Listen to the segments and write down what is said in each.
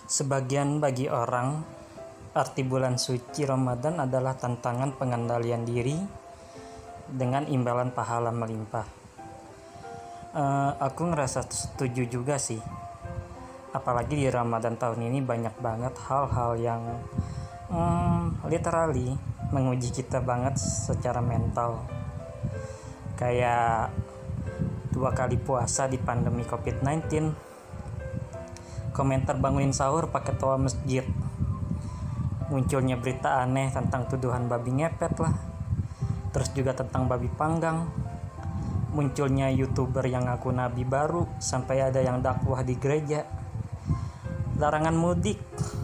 Sebagian bagi orang, arti bulan suci Ramadan adalah tantangan pengendalian diri dengan imbalan pahala melimpah. Aku ngerasa setuju juga sih. Apalagi di Ramadan tahun ini banyak banget hal-hal yang literally menguji kita banget secara mental. Kayak 2 kali puasa di pandemi COVID-19, komentar bangunin sahur pakai toa masjid, munculnya berita aneh tentang tuduhan babi ngepet lah, terus juga tentang babi panggang, munculnya youtuber yang ngaku nabi baru, sampai ada yang dakwah di gereja, larangan mudik,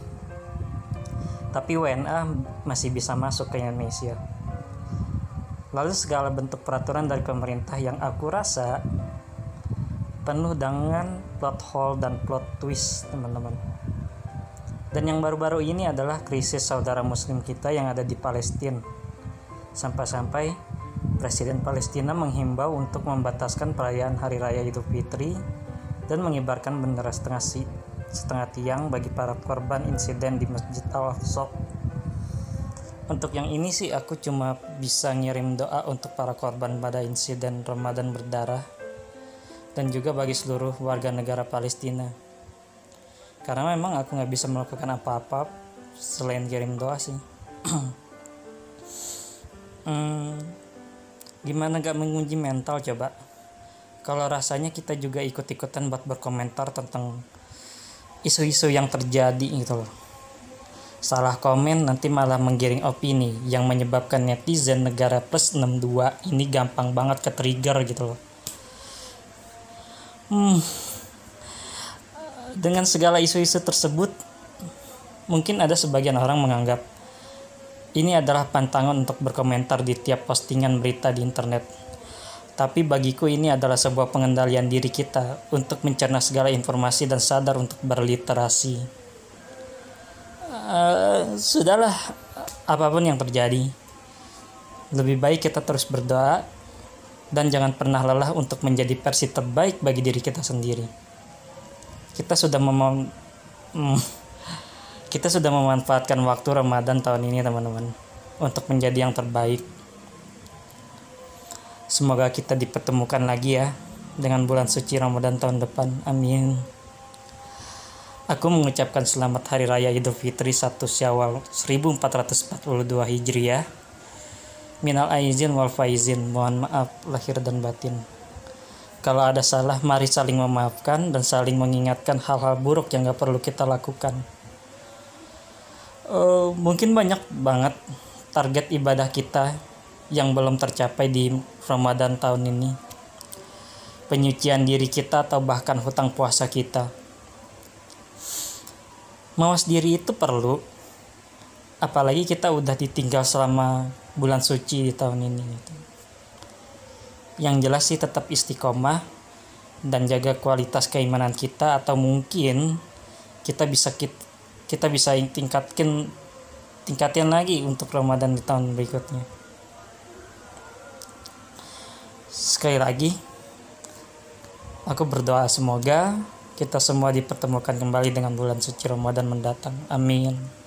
tapi WNA masih bisa masuk ke Indonesia. Lalu segala bentuk peraturan dari pemerintah yang aku rasa penuh dengan plot hole dan plot twist, teman-teman. Dan yang baru-baru ini adalah krisis saudara muslim kita yang ada di Palestina. Sampai-sampai Presiden Palestina menghimbau untuk membataskan perayaan Hari Raya Idul Fitri dan mengibarkan bendera setengah tiang bagi para korban insiden di Masjid Al-Aqsa. Untuk yang ini sih aku cuma bisa ngirim doa untuk para korban pada insiden Ramadan berdarah dan juga bagi seluruh warga negara Palestina. Karena memang aku gak bisa melakukan apa-apa selain kirim doa sih. Gimana gak menguji mental coba? Kalau rasanya kita juga ikut-ikutan buat berkomentar tentang isu-isu yang terjadi gitu loh. Salah komen nanti malah menggiring opini yang menyebabkan netizen negara plus 62 ini gampang banget ke-trigger gitu loh. Dengan segala isu-isu tersebut, mungkin ada sebagian orang menganggap ini adalah pantangan untuk berkomentar di tiap postingan berita di internet. Tapi bagiku ini adalah sebuah pengendalian diri kita untuk mencerna segala informasi dan sadar untuk berliterasi. Sudahlah, apapun yang terjadi, lebih baik kita terus berdoa dan jangan pernah lelah untuk menjadi versi terbaik bagi diri kita sendiri. Kita sudah memanfaatkan waktu Ramadan tahun ini, teman-teman, untuk menjadi yang terbaik. Semoga kita dipertemukan lagi ya dengan bulan suci Ramadan tahun depan. Amin. Aku mengucapkan selamat Hari Raya Idul Fitri 1 Syawal 1442 Hijriah. Minal aizin wal faizin. Mohon maaf lahir dan batin. Kalau ada salah, mari saling memaafkan dan saling mengingatkan hal-hal buruk yang gak perlu kita lakukan. Mungkin banyak banget target ibadah kita yang belum tercapai di Ramadan tahun ini. Penyucian diri kita atau bahkan hutang puasa kita. Mawas diri itu perlu, apalagi kita udah ditinggal selama bulan suci di tahun ini gitu. Yang jelas sih tetap istiqomah dan jaga kualitas keimanan kita, atau mungkin kita bisa tingkatin lagi untuk Ramadan di tahun berikutnya. Sekali lagi aku berdoa semoga kita semua dipertemukan kembali dengan bulan suci Ramadan mendatang. Amin.